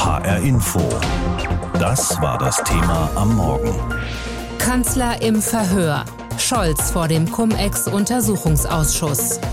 HR Info. Das war das Thema am Morgen. Kanzler im Verhör. Scholz vor dem Cum-Ex-Untersuchungsausschuss.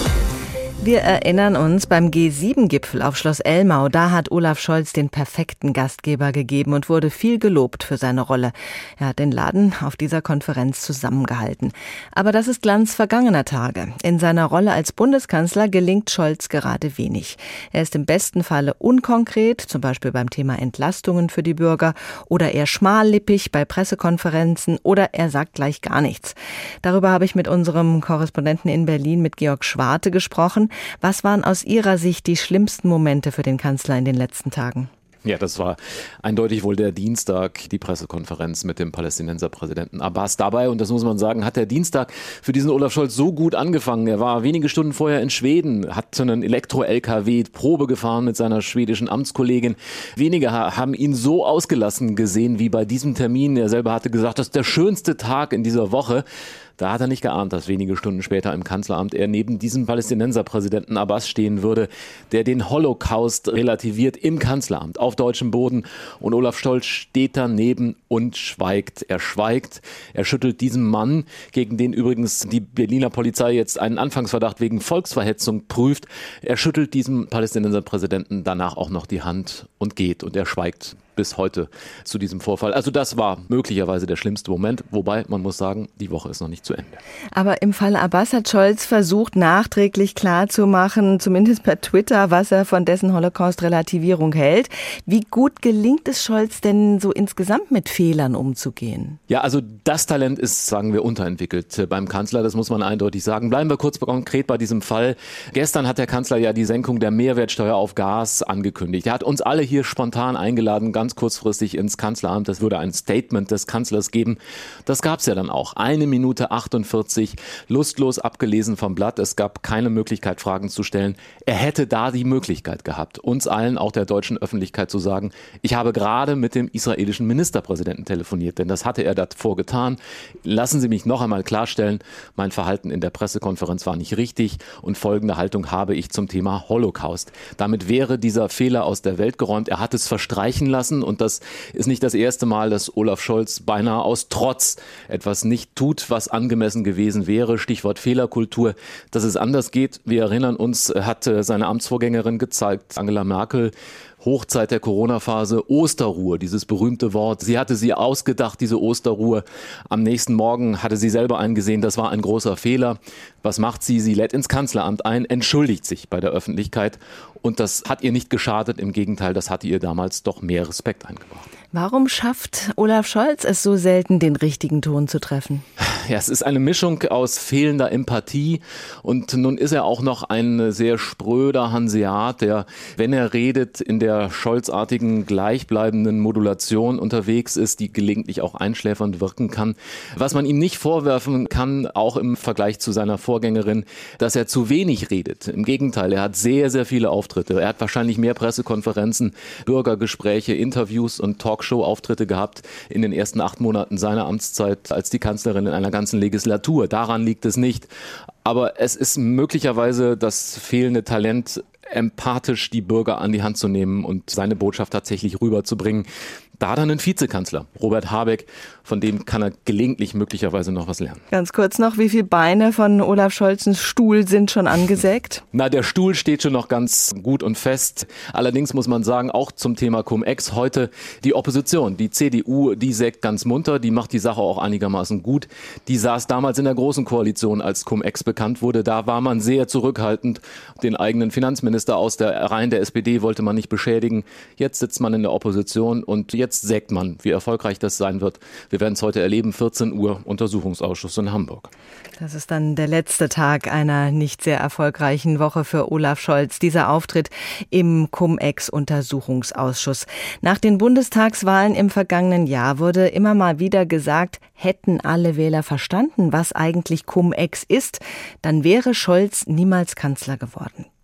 Wir erinnern uns, beim G7-Gipfel auf Schloss Elmau, da hat Olaf Scholz den perfekten Gastgeber gegeben und wurde viel gelobt für seine Rolle. Er hat den Laden auf dieser Konferenz zusammengehalten. Aber das ist Glanz vergangener Tage. In seiner Rolle als Bundeskanzler gelingt Scholz gerade wenig. Er ist im besten Falle unkonkret, zum Beispiel beim Thema Entlastungen für die Bürger, oder eher schmallippig bei Pressekonferenzen, oder er sagt gleich gar nichts. Darüber habe ich mit unserem Korrespondenten in Berlin, mit Georg Schwarte, gesprochen. Was waren aus Ihrer Sicht die schlimmsten Momente für den Kanzler in den letzten Tagen? Ja, das war eindeutig wohl der Dienstag, die Pressekonferenz mit dem Palästinenserpräsidenten Abbas. Dabei, und das muss man sagen, hat der Dienstag für diesen Olaf Scholz so gut angefangen. Er war wenige Stunden vorher in Schweden, hat einen Elektro-LKW Probe gefahren mit seiner schwedischen Amtskollegin. Wenige haben ihn so ausgelassen gesehen wie bei diesem Termin. Er selber hatte gesagt, das ist der schönste Tag in dieser Woche. Da hat er nicht geahnt, dass wenige Stunden später im Kanzleramt er neben diesem Palästinenserpräsidenten Abbas stehen würde, der den Holocaust relativiert im Kanzleramt auf deutschem Boden. Und Olaf Scholz steht daneben und schweigt. Er schweigt. Er schüttelt diesem Mann, gegen den übrigens die Berliner Polizei jetzt einen Anfangsverdacht wegen Volksverhetzung prüft. Er schüttelt diesem Palästinenserpräsidenten danach auch noch die Hand und geht. Und er schweigt bis heute zu diesem Vorfall. Also das war möglicherweise der schlimmste Moment, wobei man muss sagen, die Woche ist noch nicht zu Ende. Aber im Fall Abbas hat Scholz versucht, nachträglich klarzumachen, zumindest per Twitter, was er von dessen Holocaust-Relativierung hält. Wie gut gelingt es Scholz denn so insgesamt mit Fehlern umzugehen? Ja, also das Talent ist, sagen wir, unterentwickelt beim Kanzler, das muss man eindeutig sagen. Bleiben wir kurz konkret bei diesem Fall. Gestern hat der Kanzler ja die Senkung der Mehrwertsteuer auf Gas angekündigt. Er hat uns alle hier spontan eingeladen, ganz kurzfristig ins Kanzleramt. Das würde ein Statement des Kanzlers geben. Das gab es ja dann auch. 1 Minute 48, lustlos abgelesen vom Blatt. Es gab keine Möglichkeit, Fragen zu stellen. Er hätte da die Möglichkeit gehabt, uns allen, auch der deutschen Öffentlichkeit, zu sagen, ich habe gerade mit dem israelischen Ministerpräsidenten telefoniert, denn das hatte er davor getan. Lassen Sie mich noch einmal klarstellen, mein Verhalten in der Pressekonferenz war nicht richtig und folgende Haltung habe ich zum Thema Holocaust. Damit wäre dieser Fehler aus der Welt geräumt. Er hat es verstreichen lassen. Und das ist nicht das erste Mal, dass Olaf Scholz beinahe aus Trotz etwas nicht tut, was angemessen gewesen wäre. Stichwort Fehlerkultur. Dass es anders geht, wir erinnern uns, hat seine Amtsvorgängerin gezeigt, Angela Merkel, Hochzeit der Corona-Phase, Osterruhe, dieses berühmte Wort. Sie hatte sie ausgedacht, diese Osterruhe. Am nächsten Morgen hatte sie selber eingesehen, das war ein großer Fehler. Was macht sie? Sie lädt ins Kanzleramt ein, entschuldigt sich bei der Öffentlichkeit. Und das hat ihr nicht geschadet. Im Gegenteil, das hatte ihr damals doch mehr Respekt eingebracht. Warum schafft Olaf Scholz es so selten, den richtigen Ton zu treffen? Ja, es ist eine Mischung aus fehlender Empathie und nun ist er auch noch ein sehr spröder Hanseat, der, wenn er redet, in der Scholz-artigen gleichbleibenden Modulation unterwegs ist, die gelegentlich auch einschläfernd wirken kann. Was man ihm nicht vorwerfen kann, auch im Vergleich zu seiner Vorgängerin, dass er zu wenig redet. Im Gegenteil, er hat sehr, sehr viele Auftritte. Er hat wahrscheinlich mehr Pressekonferenzen, Bürgergespräche, Interviews und Talkshow-Auftritte gehabt in den ersten 8 Monaten seiner Amtszeit als die Kanzlerin in einer ganzen Legislatur. Daran liegt es nicht. Aber es ist möglicherweise das fehlende Talent, empathisch die Bürger an die Hand zu nehmen und seine Botschaft tatsächlich rüberzubringen. Da hat er einen Vizekanzler, Robert Habeck, von dem kann er gelegentlich möglicherweise noch was lernen. Ganz kurz noch, wie viele Beine von Olaf Scholzens Stuhl sind schon angesägt? Na, der Stuhl steht schon noch ganz gut und fest. Allerdings muss man sagen, auch zum Thema Cum-Ex heute die Opposition, die CDU, die sägt ganz munter, die macht die Sache auch einigermaßen gut. Die saß damals in der Großen Koalition, als Cum-Ex bekannt wurde. Da war man sehr zurückhaltend. Den eigenen Finanzminister aus der Reihen der SPD wollte man nicht beschädigen. Jetzt sitzt man in der Opposition und jetzt sägt man. Wie erfolgreich das sein wird, wir werden es heute erleben. 14 Uhr Untersuchungsausschuss in Hamburg. Das ist dann der letzte Tag einer nicht sehr erfolgreichen Woche für Olaf Scholz. Dieser Auftritt im Cum-Ex-Untersuchungsausschuss. Nach den Bundestagswahlen im vergangenen Jahr wurde immer mal wieder gesagt, hätten alle Wähler verstanden, was eigentlich Cum-Ex ist, dann wäre Scholz niemals Kanzler geworden.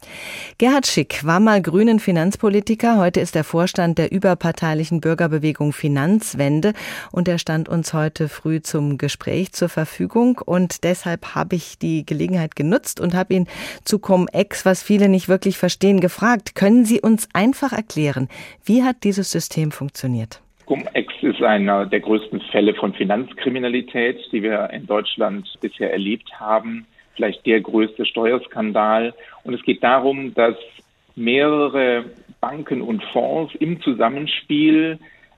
Gerhard Schick war mal grünen Finanzpolitiker. Heute ist er Vorstand der überparteilichen Bürgerbewegung Finanzwende und er stand uns heute früh zum Gespräch zur Verfügung. Und deshalb habe ich die Gelegenheit genutzt und habe ihn zu Cum-Ex, was viele nicht wirklich verstehen, gefragt. Können Sie uns einfach erklären, wie hat dieses System funktioniert? Cum-Ex ist einer der größten Fälle von Finanzkriminalität, die wir in Deutschland bisher erlebt haben. Vielleicht der größte Steuerskandal. Und es geht darum, dass mehrere Banken und Fonds im Zusammenspiel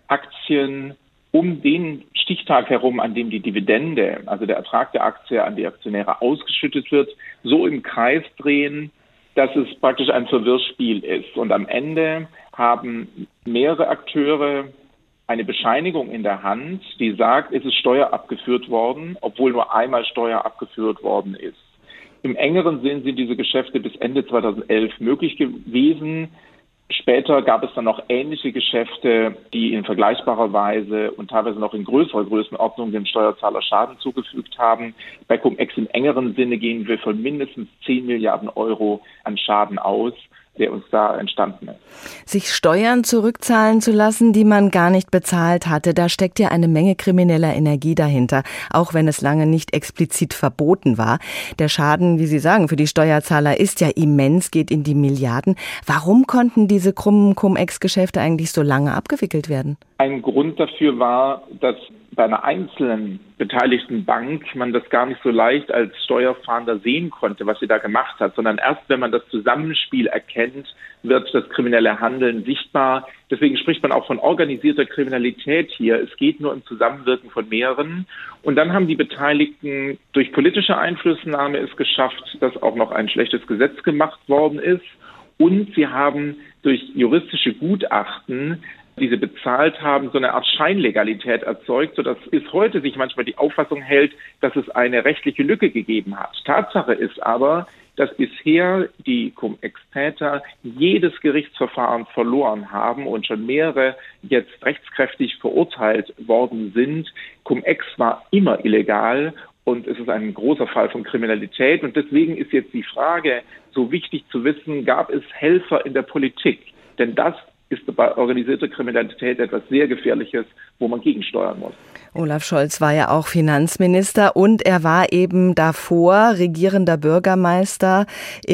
Aktien um den Stichtag herum, an dem die Dividende, also der Ertrag der Aktie an die Aktionäre ausgeschüttet wird, so im Kreis drehen, dass es praktisch ein Verwirrspiel ist. Und am Ende haben mehrere Akteure eine Bescheinigung in der Hand, die sagt, es ist Steuer abgeführt worden, obwohl nur einmal Steuer abgeführt worden ist. Im engeren Sinn sind diese Geschäfte bis Ende 2011 möglich gewesen. Später gab es dann noch ähnliche Geschäfte, die in vergleichbarer Weise und teilweise noch in größerer Größenordnung dem Steuerzahler Schaden zugefügt haben. Bei Cum-Ex im engeren Sinne gehen wir von mindestens 10 Milliarden Euro an Schaden aus, der uns da entstanden ist. Sich Steuern zurückzahlen zu lassen, die man gar nicht bezahlt hatte, da steckt ja eine Menge krimineller Energie dahinter, auch wenn es lange nicht explizit verboten war. Der Schaden, wie Sie sagen, für die Steuerzahler ist ja immens, geht in die Milliarden. Warum konnten diese krummen Cum-Ex-Geschäfte eigentlich so lange abgewickelt werden? Ein Grund dafür war, dass bei einer einzelnen beteiligten Bank man das gar nicht so leicht als Steuerfahnder sehen konnte, was sie da gemacht hat, sondern erst wenn man das Zusammenspiel erkennt, wird das kriminelle Handeln sichtbar. Deswegen spricht man auch von organisierter Kriminalität hier. Es geht nur im Zusammenwirken von mehreren. Und dann haben die Beteiligten durch politische Einflussnahme es geschafft, dass auch noch ein schlechtes Gesetz gemacht worden ist. Und sie haben durch juristische Gutachten, die sie bezahlt haben, so eine Art Scheinlegalität erzeugt, sodass bis heute sich manchmal die Auffassung hält, dass es eine rechtliche Lücke gegeben hat. Tatsache ist aber, dass bisher die Cum-Ex-Täter jedes Gerichtsverfahren verloren haben und schon mehrere jetzt rechtskräftig verurteilt worden sind. Cum-Ex war immer illegal und es ist ein großer Fall von Kriminalität. Und deswegen ist jetzt die Frage so wichtig zu wissen, gab es Helfer in der Politik? Denn das ist bei organisierter Kriminalität etwas sehr Gefährliches, wo man gegensteuern muss. Olaf Scholz war ja auch Finanzminister und er war eben davor regierender Bürgermeister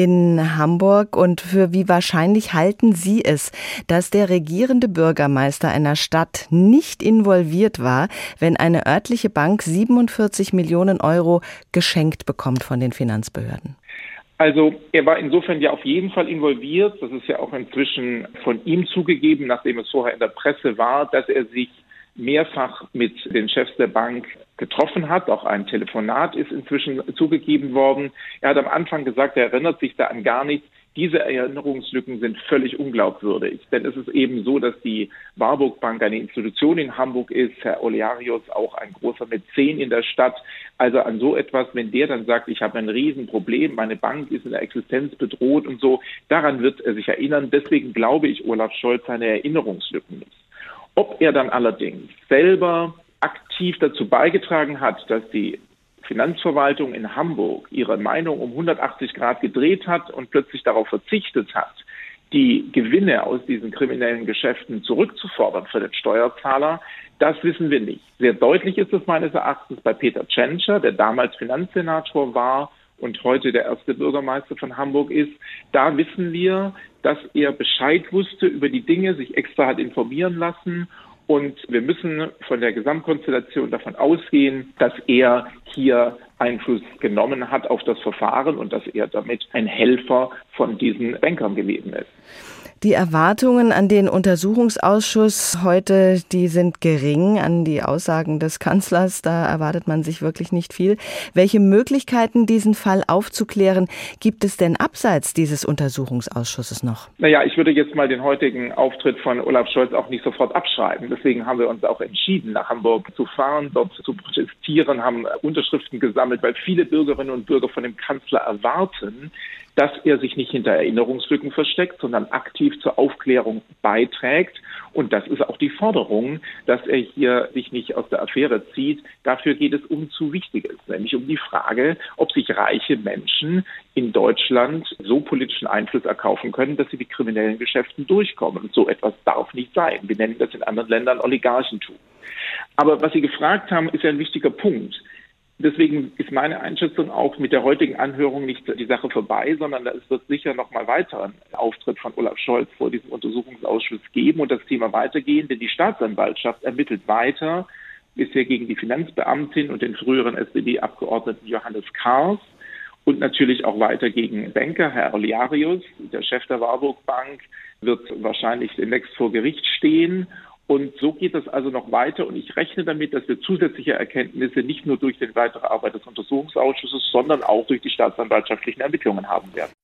in Hamburg. Und für wie wahrscheinlich halten Sie es, dass der regierende Bürgermeister einer Stadt nicht involviert war, wenn eine örtliche Bank 47 Millionen Euro geschenkt bekommt von den Finanzbehörden? Also er war insofern ja auf jeden Fall involviert. Das ist ja auch inzwischen von ihm zugegeben, nachdem es vorher in der Presse war, dass er sich mehrfach mit den Chefs der Bank getroffen hat. Auch ein Telefonat ist inzwischen zugegeben worden. Er hat am Anfang gesagt, er erinnert sich da an gar nichts. Diese Erinnerungslücken sind völlig unglaubwürdig. Denn es ist eben so, dass die Warburg Bank eine Institution in Hamburg ist. Herr Olearius auch ein großer Mäzen in der Stadt. Also an so etwas, wenn der dann sagt, ich habe ein Riesenproblem, meine Bank ist in der Existenz bedroht und so, daran wird er sich erinnern. Deswegen glaube ich Olaf Scholz seine Erinnerungslücken nicht. Ob er dann allerdings selber aktiv dazu beigetragen hat, dass die Finanzverwaltung in Hamburg ihre Meinung um 180 Grad gedreht hat und plötzlich darauf verzichtet hat, die Gewinne aus diesen kriminellen Geschäften zurückzufordern für den Steuerzahler, das wissen wir nicht. Sehr deutlich ist es meines Erachtens bei Peter Tschentscher, der damals Finanzsenator war und heute der erste Bürgermeister von Hamburg ist. Da wissen wir, dass er Bescheid wusste über die Dinge, sich extra hat informieren lassen. Und wir müssen von der Gesamtkonstellation davon ausgehen, dass er hier Einfluss genommen hat auf das Verfahren und dass er damit ein Helfer von diesen Bankern gewesen ist. Die Erwartungen an den Untersuchungsausschuss heute, die sind gering. An die Aussagen des Kanzlers, da erwartet man sich wirklich nicht viel. Welche Möglichkeiten, diesen Fall aufzuklären, gibt es denn abseits dieses Untersuchungsausschusses noch? Naja, ich würde jetzt mal den heutigen Auftritt von Olaf Scholz auch nicht sofort abschreiben. Deswegen haben wir uns auch entschieden, nach Hamburg zu fahren, dort zu protestieren, haben Unterschriften gesammelt, weil viele Bürgerinnen und Bürger von dem Kanzler erwarten, dass er sich nicht hinter Erinnerungslücken versteckt, sondern aktiv zur Aufklärung beiträgt. Und das ist auch die Forderung, dass er hier sich nicht aus der Affäre zieht. Dafür geht es um zu Wichtiges, nämlich um die Frage, ob sich reiche Menschen in Deutschland so politischen Einfluss erkaufen können, dass sie mit kriminellen Geschäften durchkommen. Und so etwas darf nicht sein. Wir nennen das in anderen Ländern Oligarchentum. Aber was Sie gefragt haben, ist ja ein wichtiger Punkt. Deswegen ist meine Einschätzung auch mit der heutigen Anhörung nicht die Sache vorbei, sondern es wird sicher noch mal weiteren Auftritt von Olaf Scholz vor diesem Untersuchungsausschuss geben und das Thema weitergehen, denn die Staatsanwaltschaft ermittelt weiter, bisher gegen die Finanzbeamtin und den früheren SPD-Abgeordneten Johannes Kahrs und natürlich auch weiter gegen Banker, Herr Oliarius, der Chef der Warburg Bank, wird wahrscheinlich demnächst vor Gericht stehen. Und so geht es also noch weiter und ich rechne damit, dass wir zusätzliche Erkenntnisse nicht nur durch die weitere Arbeit des Untersuchungsausschusses, sondern auch durch die staatsanwaltschaftlichen Ermittlungen haben werden.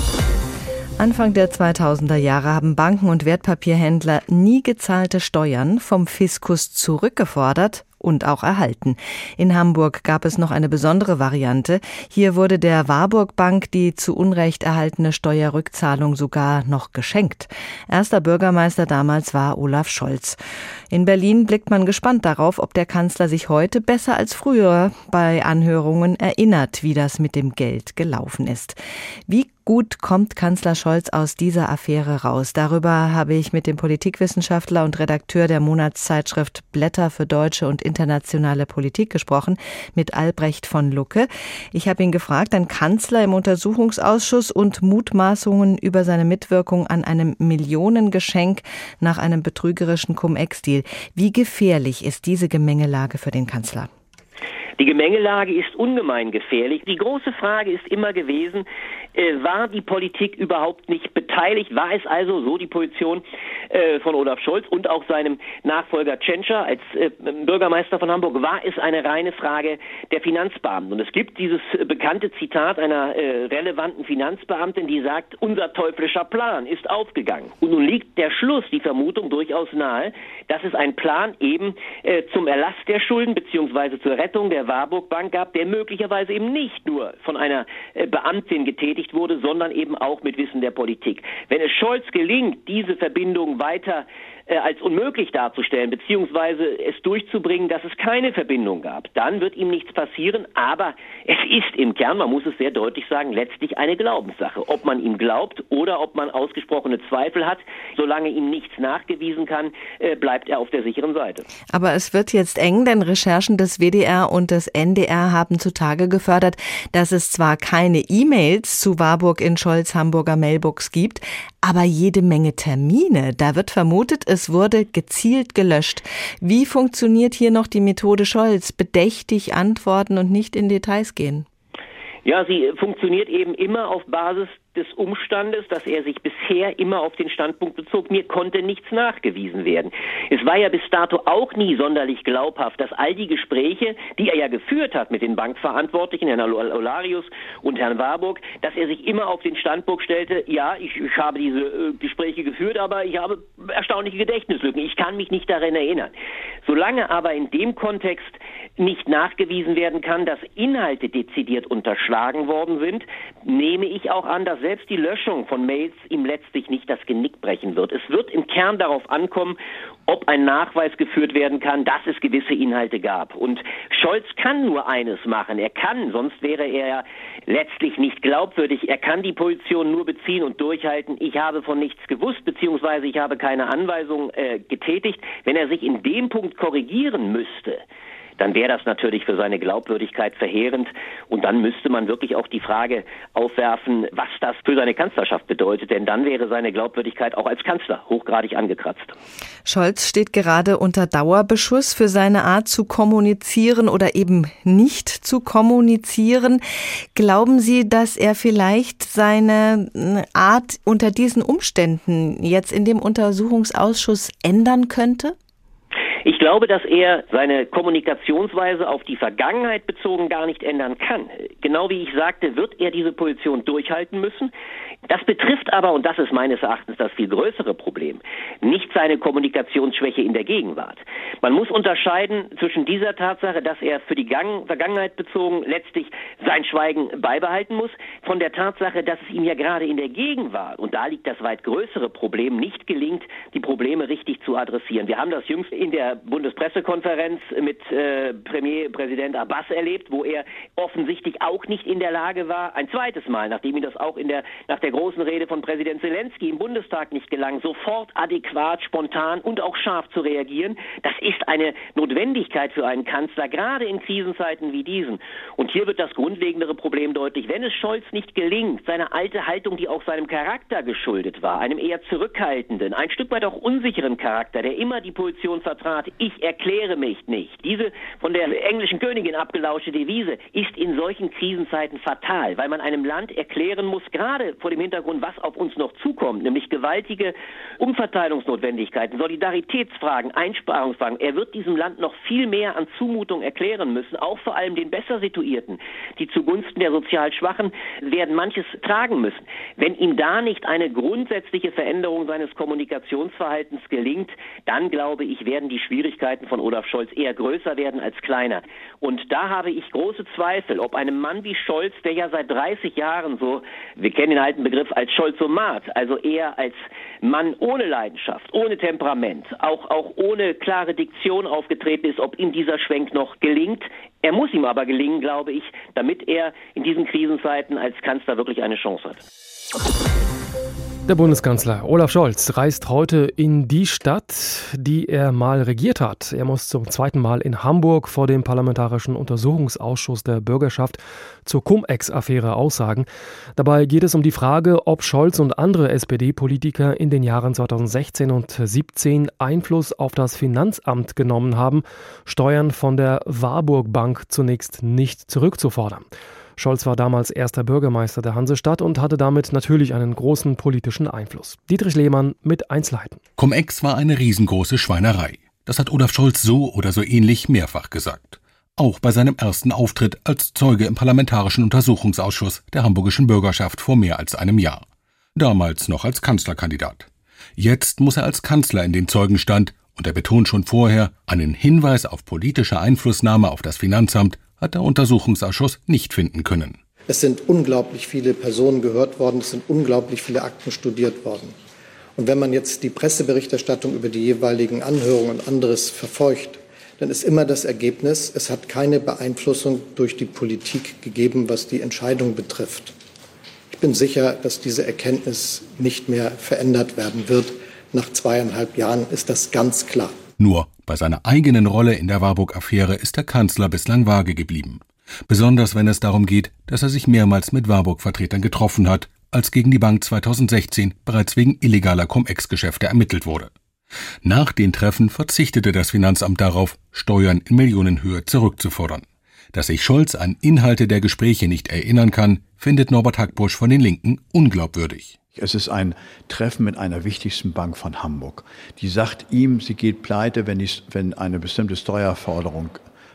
Anfang der 2000er Jahre haben Banken und Wertpapierhändler nie gezahlte Steuern vom Fiskus zurückgefordert und auch erhalten. In Hamburg gab es noch eine besondere Variante. Hier wurde der Warburg Bank die zu Unrecht erhaltene Steuerrückzahlung sogar noch geschenkt. Erster Bürgermeister damals war Olaf Scholz. In Berlin blickt man gespannt darauf, ob der Kanzler sich heute besser als früher bei Anhörungen erinnert, wie das mit dem Geld gelaufen ist. Wie gut kommt Kanzler Scholz aus dieser Affäre raus? Darüber habe ich mit dem Politikwissenschaftler und Redakteur der Monatszeitschrift Blätter für deutsche und internationale Politik gesprochen, mit Albrecht von Lucke. Ich habe ihn gefragt, ein Kanzler im Untersuchungsausschuss und Mutmaßungen über seine Mitwirkung an einem Millionengeschenk nach einem betrügerischen Cum-Ex-Deal. Wie gefährlich ist diese Gemengelage für den Kanzler? Die Gemengelage ist ungemein gefährlich. Die große Frage ist immer gewesen, war die Politik überhaupt nicht beteiligt? War es also, so die Position von Olaf Scholz und auch seinem Nachfolger Tschentscher als Bürgermeister von Hamburg, war es eine reine Frage der Finanzbeamten? Und es gibt dieses bekannte Zitat einer relevanten Finanzbeamtin, die sagt, unser teuflischer Plan ist aufgegangen. Und nun liegt der Schluss, die Vermutung durchaus nahe, dass es einen Plan eben zum Erlass der Schulden bzw. zur Rettung der Warburg Bank gab, der möglicherweise eben nicht nur von einer Beamtin getätigt wurde, sondern eben auch mit Wissen der Politik. Wenn es Scholz gelingt, diese Verbindung weiter als unmöglich darzustellen, beziehungsweise es durchzubringen, dass es keine Verbindung gab, dann wird ihm nichts passieren, aber es ist im Kern, man muss es sehr deutlich sagen, letztlich eine Glaubenssache. Ob man ihm glaubt oder ob man ausgesprochene Zweifel hat, solange ihm nichts nachgewiesen kann, bleibt er auf der sicheren Seite. Aber es wird jetzt eng, denn Recherchen des WDR und des NDR haben zutage gefördert, dass es zwar keine E-Mails zu Warburg in Scholz' Hamburger Mailbox gibt, aber jede Menge Termine. Da wird vermutet, es wurde gezielt gelöscht. Wie funktioniert hier noch die Methode Scholz? Bedächtig antworten und nicht in Details gehen? Ja, sie funktioniert eben immer auf Basis des Umstandes, dass er sich bisher immer auf den Standpunkt bezog, mir konnte nichts nachgewiesen werden. Es war ja bis dato auch nie sonderlich glaubhaft, dass all die Gespräche, die er ja geführt hat mit den Bankverantwortlichen, Herrn Olarius und Herrn Warburg, dass er sich immer auf den Standpunkt stellte, ja, ich habe diese Gespräche geführt, aber ich habe erstaunliche Gedächtnislücken, ich kann mich nicht daran erinnern. Solange aber in dem Kontext nicht nachgewiesen werden kann, dass Inhalte dezidiert unterschlagen worden sind, nehme ich auch an, dass selbst die Löschung von Mails ihm letztlich nicht das Genick brechen wird. Es wird im Kern darauf ankommen, ob ein Nachweis geführt werden kann, dass es gewisse Inhalte gab. Und Scholz kann nur eines machen. Er kann, sonst wäre er ja letztlich nicht glaubwürdig. Er kann die Position nur beziehen und durchhalten. Ich habe von nichts gewusst, beziehungsweise ich habe keine Anweisung getätigt. Wenn er sich in dem Punkt korrigieren müsste, dann wäre das natürlich für seine Glaubwürdigkeit verheerend. Und dann müsste man wirklich auch die Frage aufwerfen, was das für seine Kanzlerschaft bedeutet. Denn dann wäre seine Glaubwürdigkeit auch als Kanzler hochgradig angekratzt. Scholz steht gerade unter Dauerbeschuss für seine Art zu kommunizieren oder eben nicht zu kommunizieren. Glauben Sie, dass er vielleicht seine Art unter diesen Umständen jetzt in dem Untersuchungsausschuss ändern könnte? Ich glaube, dass er seine Kommunikationsweise auf die Vergangenheit bezogen gar nicht ändern kann. Genau wie ich sagte, wird er diese Position durchhalten müssen. Das betrifft aber, und das ist meines Erachtens das viel größere Problem, nicht seine Kommunikationsschwäche in der Gegenwart. Man muss unterscheiden zwischen dieser Tatsache, dass er für die Vergangenheit bezogen letztlich sein Schweigen beibehalten muss, von der Tatsache, dass es ihm ja gerade in der Gegenwart, und da liegt das weit größere Problem, nicht gelingt, die Probleme richtig zu adressieren. Wir haben das jüngst in der Bundespressekonferenz mit Präsident Abbas erlebt, wo er offensichtlich auch nicht in der Lage war, ein zweites Mal, nachdem ihm das auch nach der großen Rede von Präsident Zelensky im Bundestag nicht gelang, sofort adäquat, spontan und auch scharf zu reagieren. Das ist eine Notwendigkeit für einen Kanzler, gerade in Krisenzeiten wie diesen. Und hier wird das grundlegendere Problem deutlich. Wenn es Scholz nicht gelingt, seine alte Haltung, die auch seinem Charakter geschuldet war, einem eher zurückhaltenden, ein Stück weit auch unsicheren Charakter, der immer die Position vertrat, ich erkläre mich nicht. Diese von der englischen Königin abgelauschte Devise ist in solchen Krisenzeiten fatal, weil man einem Land erklären muss, gerade vor dem Hintergrund, was auf uns noch zukommt, nämlich gewaltige Umverteilungsnotwendigkeiten, Solidaritätsfragen, Einsparungsfragen. Er wird diesem Land noch viel mehr an Zumutung erklären müssen, auch vor allem den besser Situierten, die zugunsten der sozial Schwachen werden manches tragen müssen. Wenn ihm da nicht eine grundsätzliche Veränderung seines Kommunikationsverhaltens gelingt, dann glaube ich, werden die Schwierigkeiten von Olaf Scholz eher größer werden als kleiner. Und da habe ich große Zweifel, ob einem Mann wie Scholz, der ja seit 30 Jahren so, wir kennen den alten Begriff als Scholzomat, also eher als Mann ohne Leidenschaft, ohne Temperament, auch ohne klare Diktion aufgetreten ist, ob ihm dieser Schwenk noch gelingt. Er muss ihm aber gelingen, glaube ich, damit er in diesen Krisenzeiten als Kanzler wirklich eine Chance hat. Der Bundeskanzler Olaf Scholz reist heute in die Stadt, die er mal regiert hat. Er muss zum zweiten Mal in Hamburg vor dem Parlamentarischen Untersuchungsausschuss der Bürgerschaft zur Cum-Ex-Affäre aussagen. Dabei geht es um die Frage, ob Scholz und andere SPD-Politiker in den Jahren 2016 und 2017 Einfluss auf das Finanzamt genommen haben, Steuern von der Warburg Bank zunächst nicht zurückzufordern. Scholz war damals erster Bürgermeister der Hansestadt und hatte damit natürlich einen großen politischen Einfluss. Dietrich Lehmann mit Einzelheiten. Cum-Ex war eine riesengroße Schweinerei. Das hat Olaf Scholz so oder so ähnlich mehrfach gesagt. Auch bei seinem ersten Auftritt als Zeuge im Parlamentarischen Untersuchungsausschuss der hamburgischen Bürgerschaft vor mehr als einem Jahr. Damals noch als Kanzlerkandidat. Jetzt muss er als Kanzler in den Zeugenstand und er betont schon vorher, einen Hinweis auf politische Einflussnahme auf das Finanzamt hat der Untersuchungsausschuss nicht finden können. Es sind unglaublich viele Personen gehört worden, es sind unglaublich viele Akten studiert worden. Und wenn man jetzt die Presseberichterstattung über die jeweiligen Anhörungen und anderes verfolgt, dann ist immer das Ergebnis, es hat keine Beeinflussung durch die Politik gegeben, was die Entscheidung betrifft. Ich bin sicher, dass diese Erkenntnis nicht mehr verändert werden wird. Nach 2,5 Jahren ist das ganz klar. Nur bei seiner eigenen Rolle in der Warburg-Affäre ist der Kanzler bislang vage geblieben. Besonders wenn es darum geht, dass er sich mehrmals mit Warburg-Vertretern getroffen hat, als gegen die Bank 2016 bereits wegen illegaler Cum-Ex-Geschäfte ermittelt wurde. Nach den Treffen verzichtete das Finanzamt darauf, Steuern in Millionenhöhe zurückzufordern. Dass sich Scholz an Inhalte der Gespräche nicht erinnern kann, findet Norbert Hackbusch von den Linken unglaubwürdig. Es ist ein Treffen mit einer wichtigsten Bank von Hamburg. Die sagt ihm, sie geht pleite, wenn eine bestimmte Steuerforderung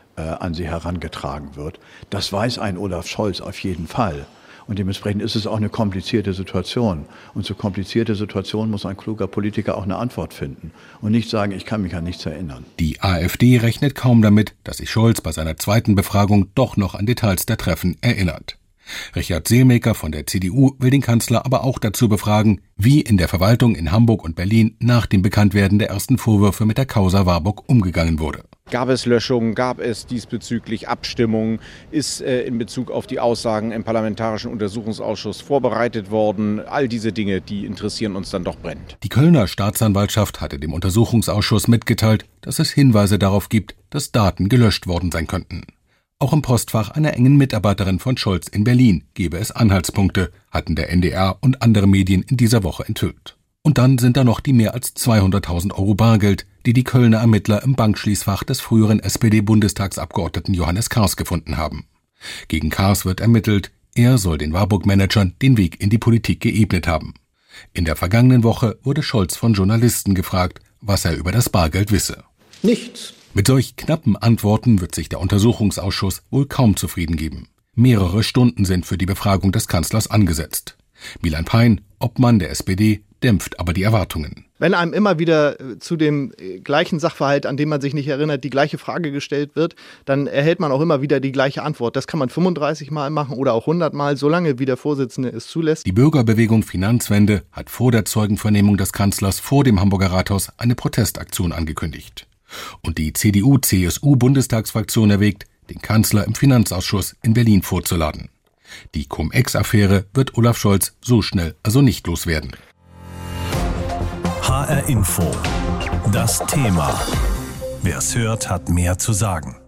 an sie herangetragen wird. Das weiß ein Olaf Scholz auf jeden Fall. Und dementsprechend ist es auch eine komplizierte Situation. Und zu komplizierte Situationen muss ein kluger Politiker auch eine Antwort finden. Und nicht sagen, ich kann mich an nichts erinnern. Die AfD rechnet kaum damit, dass sich Scholz bei seiner zweiten Befragung doch noch an Details der Treffen erinnert. Richard Seelmaker von der CDU will den Kanzler aber auch dazu befragen, wie in der Verwaltung in Hamburg und Berlin nach dem Bekanntwerden der ersten Vorwürfe mit der Causa Warburg umgegangen wurde. Gab es Löschungen, gab es diesbezüglich Abstimmungen, ist in Bezug auf die Aussagen im Parlamentarischen Untersuchungsausschuss vorbereitet worden. All diese Dinge, die interessieren uns dann doch brennend. Die Kölner Staatsanwaltschaft hatte dem Untersuchungsausschuss mitgeteilt, dass es Hinweise darauf gibt, dass Daten gelöscht worden sein könnten. Auch im Postfach einer engen Mitarbeiterin von Scholz in Berlin gebe es Anhaltspunkte, hatten der NDR und andere Medien in dieser Woche enthüllt. Und dann sind da noch die mehr als 200.000 Euro Bargeld, die die Kölner Ermittler im Bankschließfach des früheren SPD-Bundestagsabgeordneten Johannes Kahrs gefunden haben. Gegen Kahrs wird ermittelt, er soll den Warburg-Managern den Weg in die Politik geebnet haben. In der vergangenen Woche wurde Scholz von Journalisten gefragt, was er über das Bargeld wisse. Nichts. Mit solch knappen Antworten wird sich der Untersuchungsausschuss wohl kaum zufrieden geben. Mehrere Stunden sind für die Befragung des Kanzlers angesetzt. Milan Pein, Obmann der SPD, dämpft aber die Erwartungen. Wenn einem immer wieder zu dem gleichen Sachverhalt, an dem man sich nicht erinnert, die gleiche Frage gestellt wird, dann erhält man auch immer wieder die gleiche Antwort. Das kann man 35 Mal machen oder auch 100 Mal, solange wie der Vorsitzende es zulässt. Die Bürgerbewegung Finanzwende hat vor der Zeugenvernehmung des Kanzlers vor dem Hamburger Rathaus eine Protestaktion angekündigt. Und die CDU-CSU-Bundestagsfraktion erwägt, den Kanzler im Finanzausschuss in Berlin vorzuladen. Die Cum-Ex-Affäre wird Olaf Scholz so schnell also nicht loswerden. HR Info. Das Thema. Wer es hört, hat mehr zu sagen.